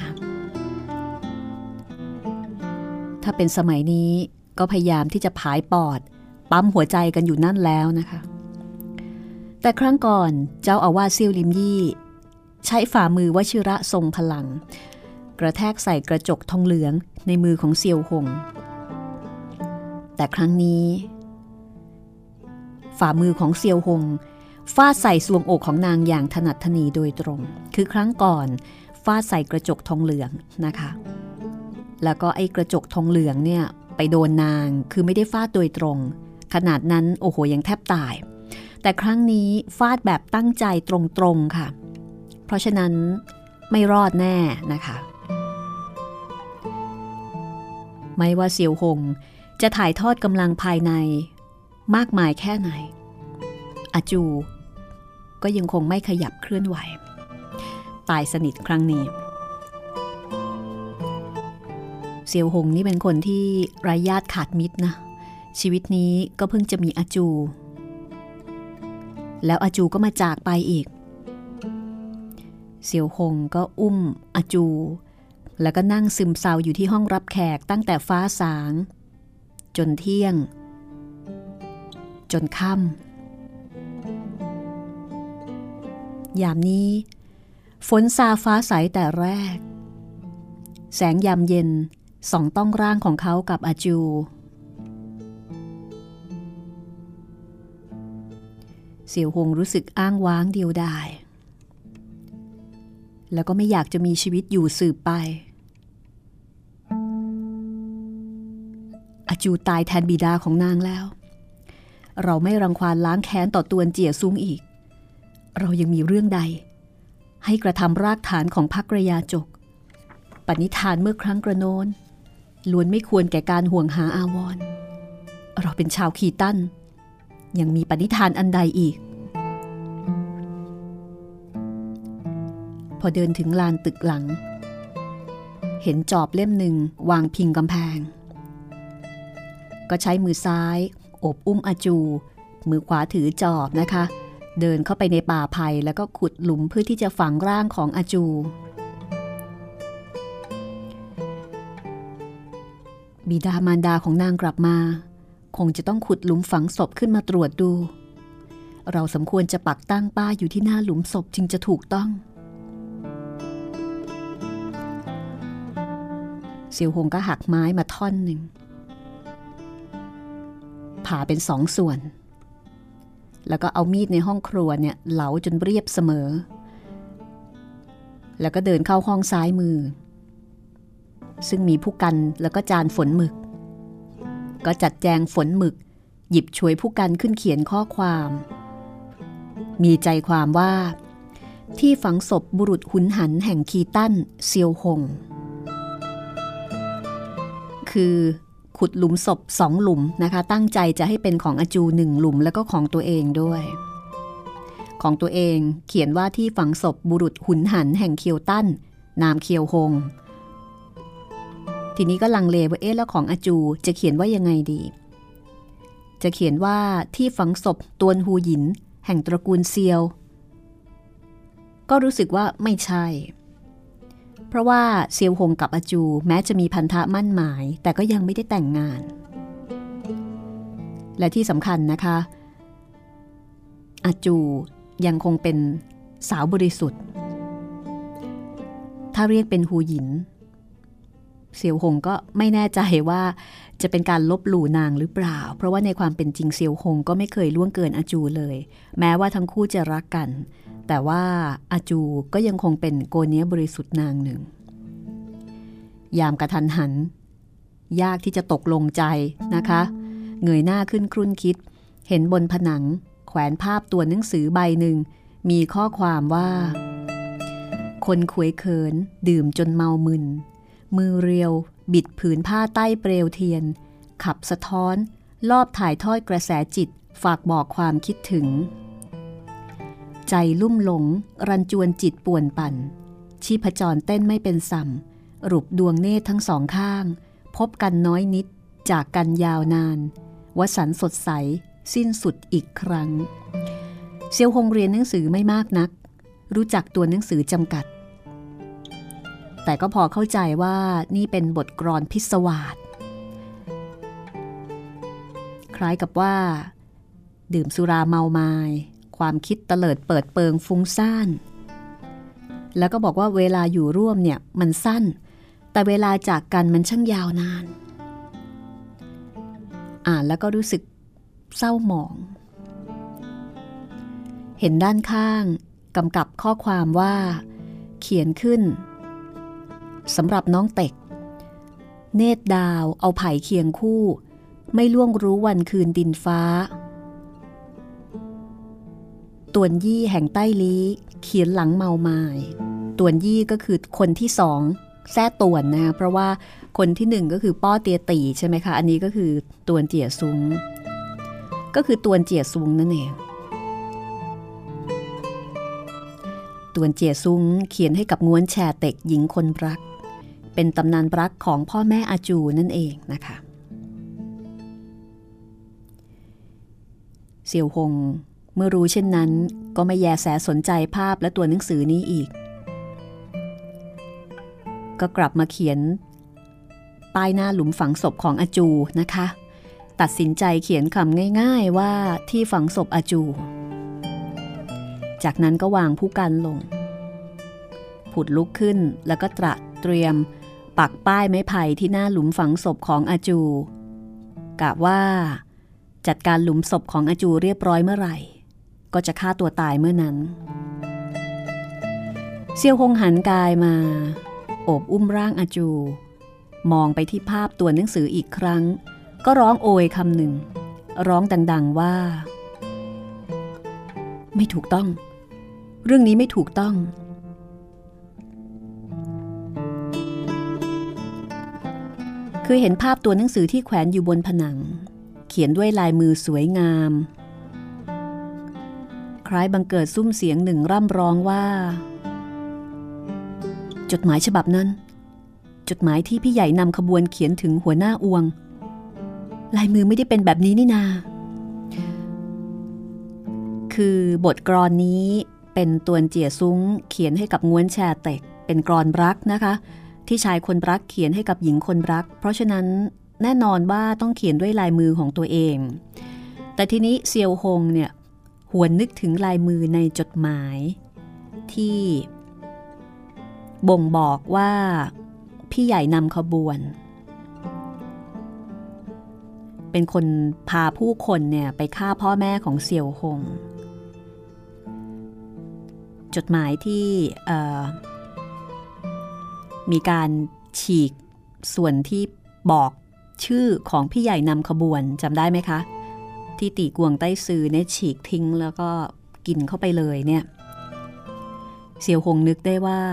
ถ้าเป็นสมัยนี้ก็พยายามที่จะผายปอดปั๊มหัวใจกันอยู่นั่นแล้วนะคะแต่ครั้งก่อนเจ้าอาวาสเซี่ยวดิมยี่ใช้ฝ่ามือวชิระทรงพลังกระแทกใส่กระจกทองเหลืองในมือของเซียวฮงแต่ครั้งนี้ฝ่ามือของเซียวฮงฟาดใส่ทรวงอกของนางอย่างถนัดถนีโดยตรงคือครั้งก่อนฟาดใส่กระจกทองเหลืองนะคะแล้วก็ไอ้กระจกทองเหลืองเนี่ยไปโดนนางคือไม่ได้ฟาดโดยตรงขนาดนั้นโอ้โหยังแทบตายแต่ครั้งนี้ฟาดแบบตั้งใจตรงๆค่ะเพราะฉะนั้นไม่รอดแน่นะคะไม่ว่าเซียวฮงจะถ่ายทอดกำลังภายในมากมายแค่ไหนอาจูก็ยังคงไม่ขยับเคลื่อนไหวตายสนิทครั้งนี้เซียวฮงนี่เป็นคนที่ไร้ญาติขาดมิตรนะชีวิตนี้ก็เพิ่งจะมีอาจูแล้วอาจูก็มาจากไปอีกเซียวฮงก็อุ้มอาจูแล้วก็นั่งซึมเศร้าอยู่ที่ห้องรับแขกตั้งแต่ฟ้าสางจนเที่ยงจนค่ำยามนี้ฝนซาฟ้าใสแต่แรกแสงยามเย็นส่องต้องร่างของเขากับอาจูเสี่ยวฮงรู้สึกอ้างว้างเดียวดายแล้วก็ไม่อยากจะมีชีวิตอยู่สืบไปอาจูตายแทนบิดาของนางแล้วเราไม่รังควานล้างแค้นต่อตวนเจี๋ยซุงอีกเรายังมีเรื่องใดให้กระทำรากฐานของพรรคกระยาจกปณิธานเมื่อครั้งกระโน้นล้วนไม่ควรแก่การห่วงหาอาวรณ์เราเป็นชาวคีตันยังมีปณิธานอันใดอีกพอเดินถึงลานตึกหลังเห็นจอบเล่มหนึ่งวางพิงกำแพงก็ใช้มือซ้ายโอบอุ้มอาจูมือขวาถือจอบนะคะเดินเข้าไปในป่าไผ่แล้วก็ขุดหลุมเพื่อที่จะฝังร่างของอาจูบิดามารดาของนางกลับมาคงจะต้องขุดหลุมฝังศพขึ้นมาตรวจดูเราสมควรจะปักตั้งป้ายอยู่ที่หน้าหลุมศพจึงจะถูกต้องเซียวหงก็หักไม้มาท่อนหนึ่งผ่าเป็น2 ส่วนแล้วก็เอามีดในห้องครัวเนี่ยเหลาจนเรียบเสมอแล้วก็เดินเข้าห้องซ้ายมือซึ่งมีผู้กันแล้วก็จานฝนหมึกก็จัดแจงฝนหมึกหยิบฉวยผู้กันขึ้นเขียนข้อความมีใจความว่าที่ฝังศพบุรุษหุนหันแห่งคีตั้นเซียวหงคือขุดหลุมศพ2 หลุมนะคะตั้งใจจะให้เป็นของอาจู1 หลุมแล้วก็ของตัวเองด้วยของตัวเองเขียนว่าที่ฝังศพบุรุษหุนหันแห่งเคียวตั้นนามเคียวหงทีนี้ก็ลังเลว่าแล้วของอาจูจะเขียนว่ายังไงดีจะเขียนว่าที่ฝังศพตวนฮูหยินแห่งตระกูลเซียวก็รู้สึกว่าไม่ใช่เพราะว่าเซียวหงกับอาจูแม้จะมีพันธะมั่นหมายแต่ก็ยังไม่ได้แต่งงานและที่สำคัญนะคะอาจูยังคงเป็นสาวบริสุทธิ์ถ้าเรียกเป็นฮูหยินเซียวหงก็ไม่แน่ใจว่าจะเป็นการลบหลู่นางหรือเปล่าเพราะว่าในความเป็นจริงเซียวหงก็ไม่เคยล่วงเกินอาจูเลยแม้ว่าทั้งคู่จะรักกันแต่ว่าอาจูก็ยังคงเป็นโกเนี้ยบริสุทธิ์นางหนึ่งยามกระทันหันยากที่จะตกลงใจนะคะเงยหน้าขึ้นครุ่นคิดเห็นบนผนังแขวนภาพตัวหนังสือใบหนึ่งมีข้อความว่าคนขวยเขินดื่มจนเมามึนมือเรียวบิดผืนผ้าใต้เปลวเทียนขับสะท้อนลอบถ่ายทอดกระแสจิตฝากบอกความคิดถึงใจลุ่มหลงรันจวนจิตป่วนปั่นชีพจรเต้นไม่เป็นสัมรูปดวงเนตรทั้งสองข้างพบกันน้อยนิดจากกันยาวนานวสันต์สดใสสิ้นสุดอีกครั้งเซียวหงเรียนหนังสือไม่มากนักรู้จักตัวหนังสือจำกัดแต่ก็พอเข้าใจว่านี่เป็นบทกลอนพิศวาสคล้ายกับว่าดื่มสุราเมามายความคิดเตลิดเปิดเปิงฟุ้งซ่านแล้วก็บอกว่าเวลาอยู่ร่วมเนี่ยมันสั้นแต่เวลาจากกันมันช่างยาวนานอ่านแล้วก็รู้สึกเศร้าหมองเห็นด้านข้างกำกับข้อความว่าเขียนขึ้นสำหรับน้องเต็กเนตรดาวเอาไผ่เคียงคู่ไม่ล่วงรู้วันคืนดินฟ้าตวนยี่แห่งใต้ลี้เขียนหลังเมามายตวนยี่ก็คือคนที่2แท้ตวนนะเพราะว่าคนที่1ก็คือป้อเตียตีใช่ไหมคะอันนี้ก็คือตวนเจี๋ยซุงก็คือตวนเจี๋ยซุงนั่นเองตวนเจี๋ยซุงเขียนให้กับง้วนแชเต็กหญิงคนรักเป็นตำนานรักของพ่อแม่อาจูนั่นเองนะคะเซียวหงเมื่อรู้เช่นนั้นก็ไม่แยแสสนใจภาพและตัวหนังสือนี้อีกก็กลับมาเขียนป้ายหน้าหลุมฝังศพของอาจูนะคะตัดสินใจเขียนคำง่ายๆว่าที่ฝังศพอาจูจากนั้นก็วางผู้กันลงผุดลุกขึ้นแล้วก็เตรียมปักป้ายไม้ไผ่ที่หน้าหลุมฝังศพของอาจูกะว่าจัดการหลุมศพของอาจูเรียบร้อยเมื่อไหร่ก็จะฆ่าตัวตายเมื่อนั้นเซียวหงหันกายมาโอบอุ้มร่างอาจูมองไปที่ภาพตัวหนังสืออีกครั้งก็ร้องโอยคำหนึ่งร้องดังๆว่าไม่ถูกต้องเรื่องนี้ไม่ถูกต้องคือเห็นภาพตัวหนังสือที่แขวนอยู่บนผนังเขียนด้วยลายมือสวยงามคล้ายบังเกิดซุ้มเสียงหนึ่งร่ำร้องว่าจดหมายฉบับนั้นจดหมายที่พี่ใหญ่นำขบวนเขียนถึงหัวหน้าอวงลายมือไม่ได้เป็นแบบนี้นี่นาคือบทกลอนนี้เป็นตวนเจี๋ยซุงเขียนให้กับง้วนแชเต็กเป็นกลอนรักนะคะที่ชายคนรักเขียนให้กับหญิงคนรักเพราะฉะนั้นแน่นอนว่าต้องเขียนด้วยลายมือของตัวเองแต่ทีนี้เซียวหงเนี่ยหวนนึกถึงลายมือในจดหมายที่บ่งบอกว่าพพี่ใหญ่นำขบวนเป็นคนพาผู้คนเนี่ยไปฆ่าพ่อแม่ของเสี่ยวหงจดหมายที่มีการฉีกส่วนที่บอกชื่อของพี่ใหญ่นำขบวนจำได้ไหมคะที่ตีกวงใต้ซือเนี่ยฉีกทิ้งแล้วก็กินเข้าไปเลยเนี่ยเสี่ยวหงนึกได้ว่า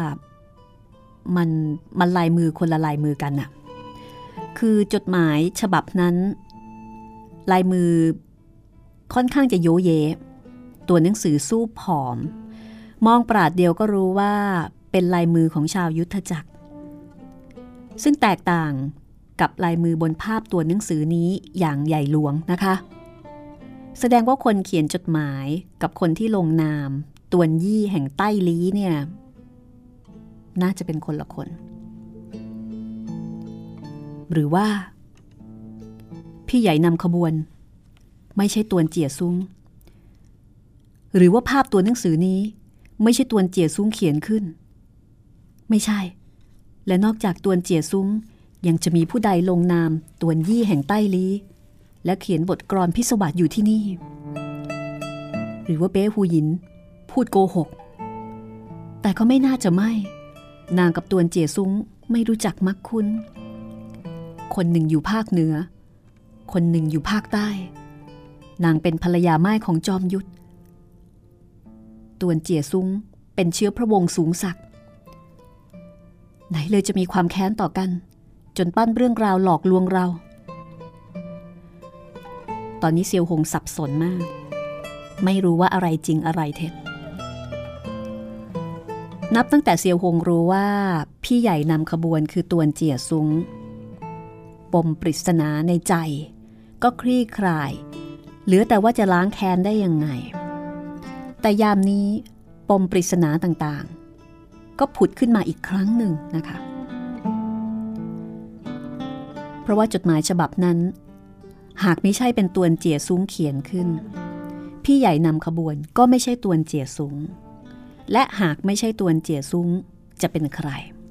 มันลายมือคนละลายมือกันน่ะคือจดหมายฉบับนั้นลายมือค่อนข้างจะโยเยตัวหนังสือสู้ผอมมองปราดเดียวก็รู้ว่าเป็นลายมือของชาวยุทธจักรซึ่งแตกต่างกับลายมือบนภาพตัวหนังสือนี้อย่างใหญ่หลวงนะคะแสดงว่าคนเขียนจดหมายกับคนที่ลงนามตวนยี่แห่งใต้ลี้เนี่ยน่าจะเป็นคนละคนหรือว่าพี่ใหญ่นำขบวนไม่ใช่ตวนเจี๋ยซุงหรือว่าภาพตัวหนังสือนี้ไม่ใช่ตวนเจี๋ยซุงเขียนขึ้นไม่ใช่และนอกจากตวนเจี๋ยซุงยังจะมีผู้ใดลงนามตวนยี่แห่งใต้ลี้และเขียนบทกลอนพิศวาสอยู่ที่นี่หรือว่าเป้ฮูหยินพูดโกหกแต่ก็ไม่น่าจะไม่นางกับตวนเจี๋ยซุงไม่รู้จักมักคุ้นคนหนึ่งอยู่ภาคเหนือคนหนึ่งอยู่ภาคใต้นางเป็นภรรยาม่ายของจอมยุทธตวนเจี๋ยซุงเป็นเชื้อพระวงศ์สูงศักดิ์ไหนเลยจะมีความแค้นต่อกันจนปั้นเรื่องราวหลอกลวงเราตอนนี้เซียวหงสับสนมากไม่รู้ว่าอะไรจริงอะไรเท็จนับตั้งแต่เซียวหงรู้ว่าพี่ใหญ่นำขบวนคือตวนเจี๋ยซุงปมปริศนาในใจก็คลี่คลายเหลือแต่ว่าจะล้างแค้นได้ยังไงแต่ยามนี้ปมปริศนาต่างๆก็ผุดขึ้นมาอีกครั้งหนึ่งนะคะเพราะว่าจดหมายฉบับนั้นหากไม่ใช่เป็นตวนเจี๋ยซุงเขียนขึ้นพี่ใหญ่นำขบวนก็ไม่ใช่ตวนเจี๋ยซุงและหากไม่ใช่ตวนเจี๋ยซุงจะเป็นใคร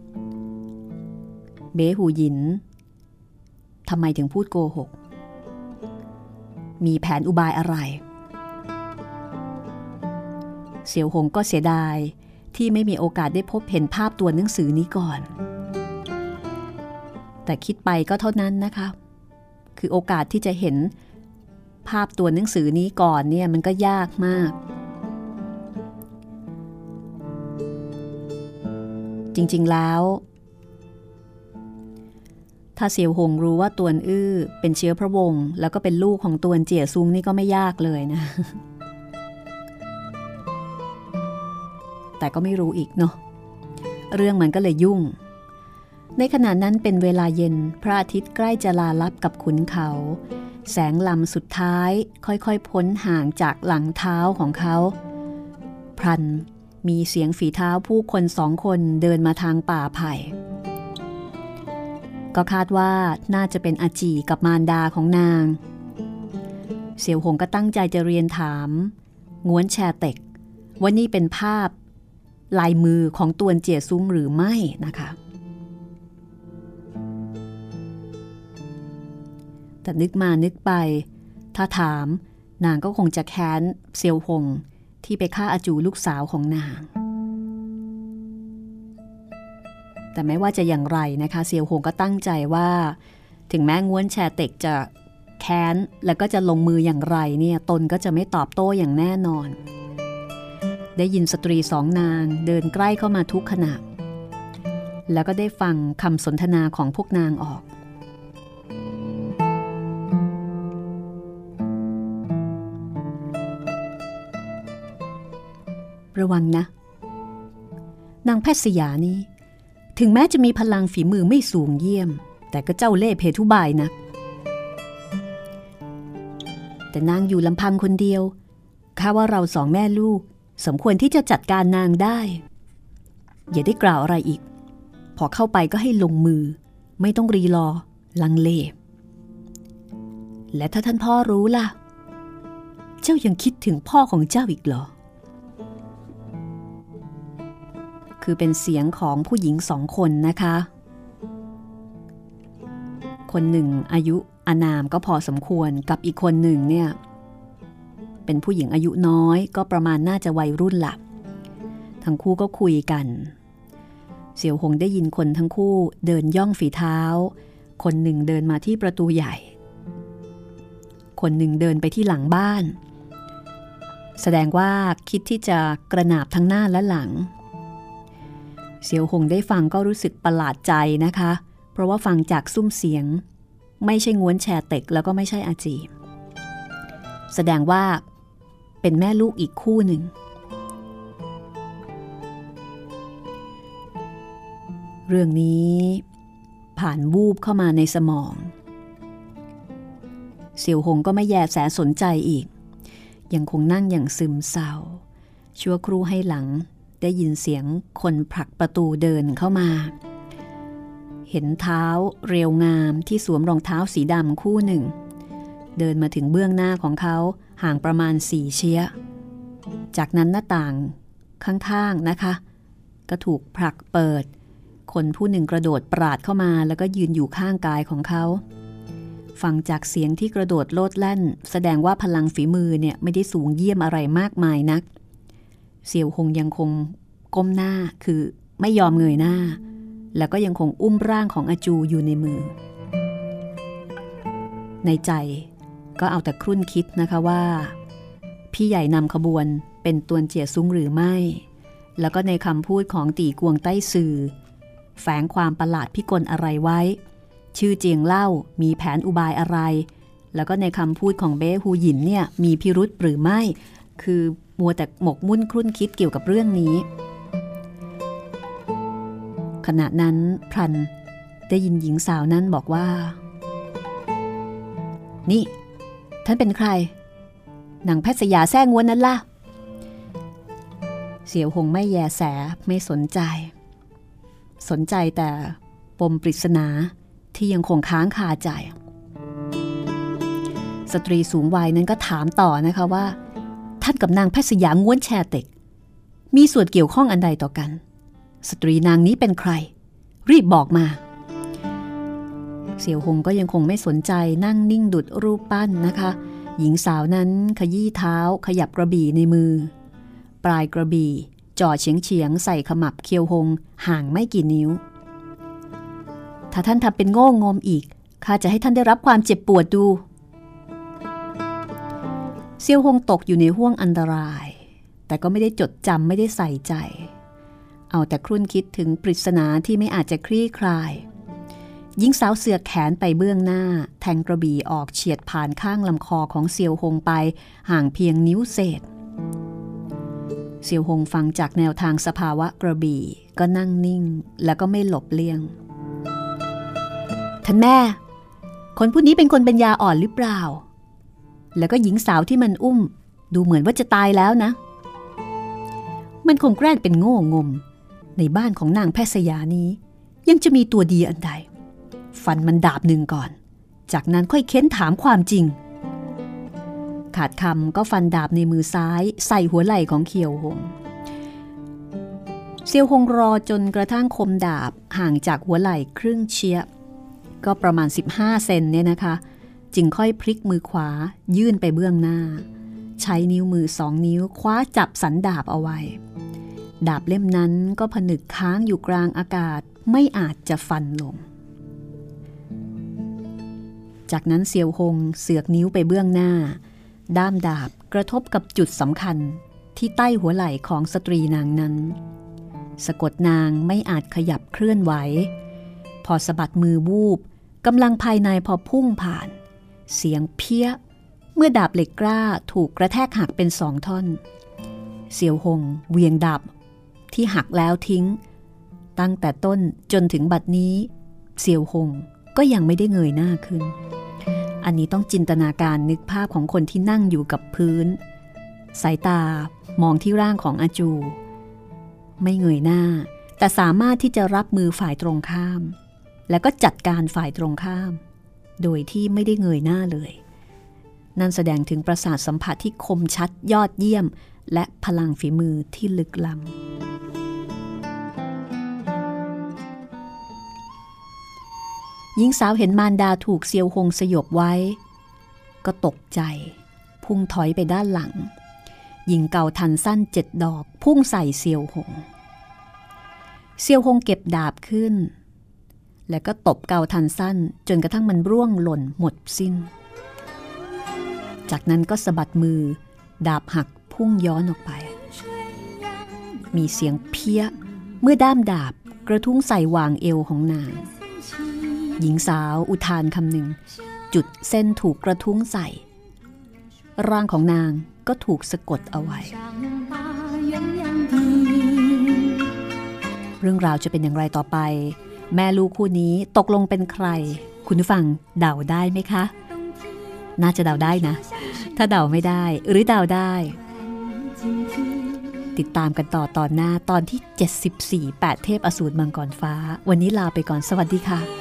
เบ้หูหยินทำไมถึงพูดโกหกมีแผนอุบายอะไรเสี่ยวหงก็เสียดายที่ไม่มีโอกาสได้พบเห็นภาพตัวหนังสือนี้ก่อนแต่คิดไปก็เท่านั้นนะคะคือโอกาสที่จะเห็นภาพตัวหนังสือนี้ก่อนเนี่ยมันก็ยากมากจริงๆแล้วถ้าเสี่ยวหงรู้ว่าตวนอื้อเป็นเชื้อพระวงศ์แล้วก็เป็นลูกของตวนเจี๋ยซุงนี่ก็ไม่ยากเลยนะแต่ก็ไม่รู้อีกเนาะเรื่องมันก็เลยยุ่งในขณะนั้นเป็นเวลาเย็นพระอาทิตย์ใกล้จะลาลับกับขุนเขาแสงลำสุดท้ายค่อยๆพ้นห่างจากหลังเท้าของเขาพลันมีเสียงฝีเท้าผู้คน2 คนเดินมาทางป่าไผ่ก็คาดว่าน่าจะเป็นอาจีกับมารดาของนางเสี่ยวหงก็ตั้งใจจะเรียนถามง้วนแชเต็กว่านี่เป็นภาพลายมือของตวนเจี๋ยซุงหรือไม่นะคะแต่นึกมานึกไปถ้าถามนางก็คงจะแค้นเสี่ยวหงที่ไปฆ่าอาจูลูกสาวของนางแต่ไม่ว่าจะอย่างไรนะคะเสี่ยวหงก็ตั้งใจว่าถึงแม้ง้วนแชเต็กจะแค้นแล้วก็จะลงมืออย่างไรเนี่ยตนก็จะไม่ตอบโต้อย่างแน่นอนได้ยินสตรี2 นางเดินใกล้เข้ามาทุกขณะแล้วก็ได้ฟังคำสนทนาของพวกนางออกระวังนะนางแพทย์สยานี้ถึงแม้จะมีพลังฝีมือไม่สูงเยี่ยมแต่ก็เจ้าเล่ห์เพทุบายนะแต่นางอยู่ลำพังคนเดียวข้าว่าเรา2 แม่ลูกสมควรที่จะจัดการนางได้อย่าได้กล่าวอะไรอีกพอเข้าไปก็ให้ลงมือไม่ต้องรีรอลังเลและถ้าท่านพ่อรู้ล่ะเจ้ายังคิดถึงพ่อของเจ้าอีกเหรอคือเป็นเสียงของผู้หญิง2 คนนะคะคนหนึ่งอายุอานามก็พอสมควรกับอีกคนหนึ่งเนี่ยเป็นผู้หญิงอายุน้อยก็ประมาณน่าจะวัยรุ่นละทั้งคู่ก็คุยกันเสี่ยวหงได้ยินคนทั้งคู่เดินย่องฝีเท้าคนหนึ่งเดินมาที่ประตูใหญ่คนหนึ่งเดินไปที่หลังบ้านแสดงว่าคิดที่จะกระนาบทั้งหน้าและหลังเสี่ยวหงได้ฟังก็รู้สึกประหลาดใจนะคะเพราะว่าฟังจากซุ้มเสียงไม่ใช่ง้วนแชเต็กแล้วก็ไม่ใช่อาจีแสดงว่าเป็นแม่ลูกอีกคู่หนึ่งเรื่องนี้ผ่านวูบเข้ามาในสมองเสี่ยวหงก็ไม่แยแสสนใจอีกยังคงนั่งอย่างซึมเศร้าชั่วครู่ให้หลังได้ยินเสียงคนผลักประตูเดินเข้ามาเห็นเท้าเรียวงามที่สวมรองเท้าสีดำคู่หนึ่งเดินมาถึงเบื้องหน้าของเขาห่างประมาณ4 เชี้ยจากนั้นหน้าต่างข้างๆนะคะก็ถูกผลักเปิดคนผู้หนึ่งกระโดดปราดเข้ามาแล้วก็ยืนอยู่ข้างกายของเขาฟังจากเสียงที่กระโดดโลดแล่นแสดงว่าพลังฝีมือเนี่ยไม่ได้สูงเยี่ยมอะไรมากมายนักเสี่ยวหงยังคงก้มหน้าคือไม่ยอมเงยหน้าแล้วก็ยังคงอุ้มร่างของอาจูอยู่ในมือในใจก็เอาแต่ครุ่นคิดนะคะว่าพี่ใหญ่นำขบวนเป็นตวนเจี๋ยซุ้งหรือไม่แล้วก็ในคำพูดของตีกวงใต้ซือแฝงความประหลาดพิกลอะไรไว้ชื่อเจียงเล่ามีแผนอุบายอะไรแล้วก็ในคำพูดของเบ้ฮูหยินเนี่ยมีพิรุธหรือไม่คือมัวแต่หมกมุ่นครุ่นคิดเกี่ยวกับเรื่องนี้ขณะนั้นพลันได้ยินหญิงสาวนั้นบอกว่านี่ท่านเป็นใครนางแพทย์สยาแซ่งวนนั้นล่ะเสี่ยวหงไม่แยแสไม่สนใจแต่ปมปริศนาที่ยังคงค้างคาใจสตรีสูงวัยนั้นก็ถามต่อนะคะว่าท่านกับนางแพทย์สยาง้วนแชเต็กมีส่วนเกี่ยวข้องอันใดต่อกันสตรีนางนี้เป็นใครรีบบอกมาเสี่ยวหงก็ยังคงไม่สนใจนั่งนิ่งดุจรูปปั้นนะคะหญิงสาวนั้นขยี้เท้าขยับกระบี่ในมือปลายกระบี่จ่อเฉียงใส่ขมับเคียวหงห่างไม่กี่นิ้วถ้าท่านทำเป็นโง่งมอีกข้าจะให้ท่านได้รับความเจ็บปวดดูเซี่ยวหงตกอยู่ในห้วงอันตรายแต่ก็ไม่ได้จดจำไม่ได้ใส่ใจเอาแต่ครุ่นคิดถึงปริศนาที่ไม่อาจจะคลี่คลายหญิงสาวเสือกแขนไปเบื้องหน้าแทงกระบี่ออกเฉียดผ่านข้างลำคอของเซี่ยวหงไปห่างเพียงนิ้วเศษเซี่ยวหงฟังจากแนวทางสภาวะกระบี่ก็นั่งนิ่งแล้วก็ไม่หลบเลี่ยงท่านแม่คนผู้นี้เป็นคนปัญญาอ่อนหรือเปล่าแล้วก็หญิงสาวที่มันอุ้มดูเหมือนว่าจะตายแล้วนะมันคงแกล้งเป็นโง่งมในบ้านของนางแพทย์สยานี้ยังจะมีตัวดีอันใดฟันมันดาบหนึ่งก่อนจากนั้นค่อยเค้นถามความจริงขาดคำก็ฟันดาบในมือซ้ายใส่หัวไหล่ของเคียวหงเซียวหงรอจนกระทั่งคมดาบห่างจากหัวไหล่ครึ่งเชียก็ประมาณ15 เซนเนี่ยนะคะจึงค่อยพลิกมือขวายื่นไปเบื้องหน้าใช้นิ้วมือ2 นิ้วคว้าจับสันดาบเอาไว้ดาบเล่มนั้นก็ผนึกค้างอยู่กลางอากาศไม่อาจจะฟันลงจากนั้นเซียวหงเสือกนิ้วไปเบื้องหน้าด้ามดาบกระทบกับจุดสำคัญที่ใต้หัวไหล่ของสตรีนางนั้นสะกดนางไม่อาจขยับเคลื่อนไหวพอสะบัดมือวูบกำลังภายในพอพุ่งผ่านเสียงเพี้ยเมื่อดาบเหล็กกล้าถูกกระแทกหักเป็น2 ท่อนเสี่ยวหงเวียงดาบที่หักแล้วทิ้งตั้งแต่ต้นจนถึงบัดนี้เสี่ยวหงก็ยังไม่ได้เงยหน้าขึ้นอันนี้ต้องจินตนาการนึกภาพของคนที่นั่งอยู่กับพื้นสายตามองที่ร่างของอาจูไม่เงยหน้าแต่สามารถที่จะรับมือฝ่ายตรงข้ามแล้วก็จัดการฝ่ายตรงข้ามโดยที่ไม่ได้เงยหน้าเลยนั่นแสดงถึงประสาทสัมผัสที่คมชัดยอดเยี่ยมและพลังฝีมือที่ลึกล้ำหญิงสาวเห็นมารดาถูกเซียวหงสยบไว้ก็ตกใจพุ่งถอยไปด้านหลังยิงเก่าทันสั้น7 ดอกพุ่งใส่เซียวหงเก็บดาบขึ้นแล้วก็ตบเก่าทันสั้นจนกระทั่งมันร่วงหล่นหมดสิ้นจากนั้นก็สะบัดมือดาบหักพุ่งย้อนออกไปมีเสียงเพี้ยเมื่อด้ามดาบกระทุ้งใส่วางเอวของนางหญิงสาวอุทานคำหนึ่งจุดเส้นถูกกระทุ้งใส่ร่างของนางก็ถูกสะกดเอาไว้เรื่องราวจะเป็นอย่างไรต่อไปแม่ลูกคู่นี้ตกลงเป็นใครคุณผู้ฟังเดาได้ไหมคะน่าจะเดาได้นะถ้าเดาไม่ได้หรือเดาได้ติดตามกันต่อตอนหน้าตอนที่74 8เทพอสูรมังกรฟ้าวันนี้ลาไปก่อนสวัสดีค่ะ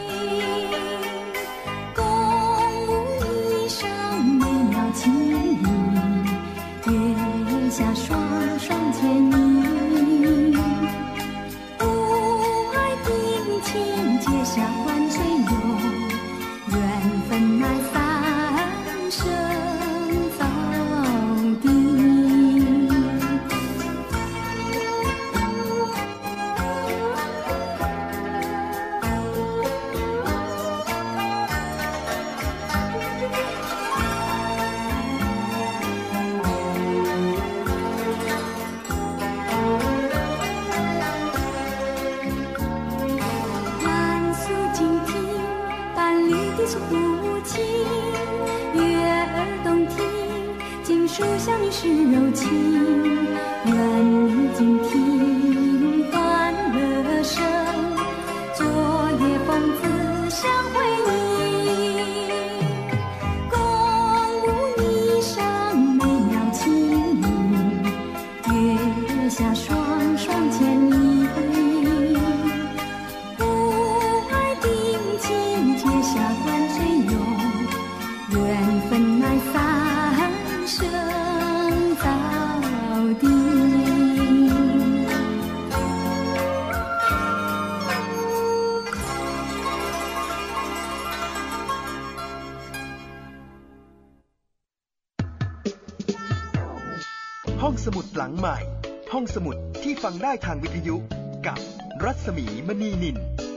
ห้องสมุดหลังใหม่ห้องสมุดที่ฟังได้ทางวิทยุกับรัศมีมณีนิน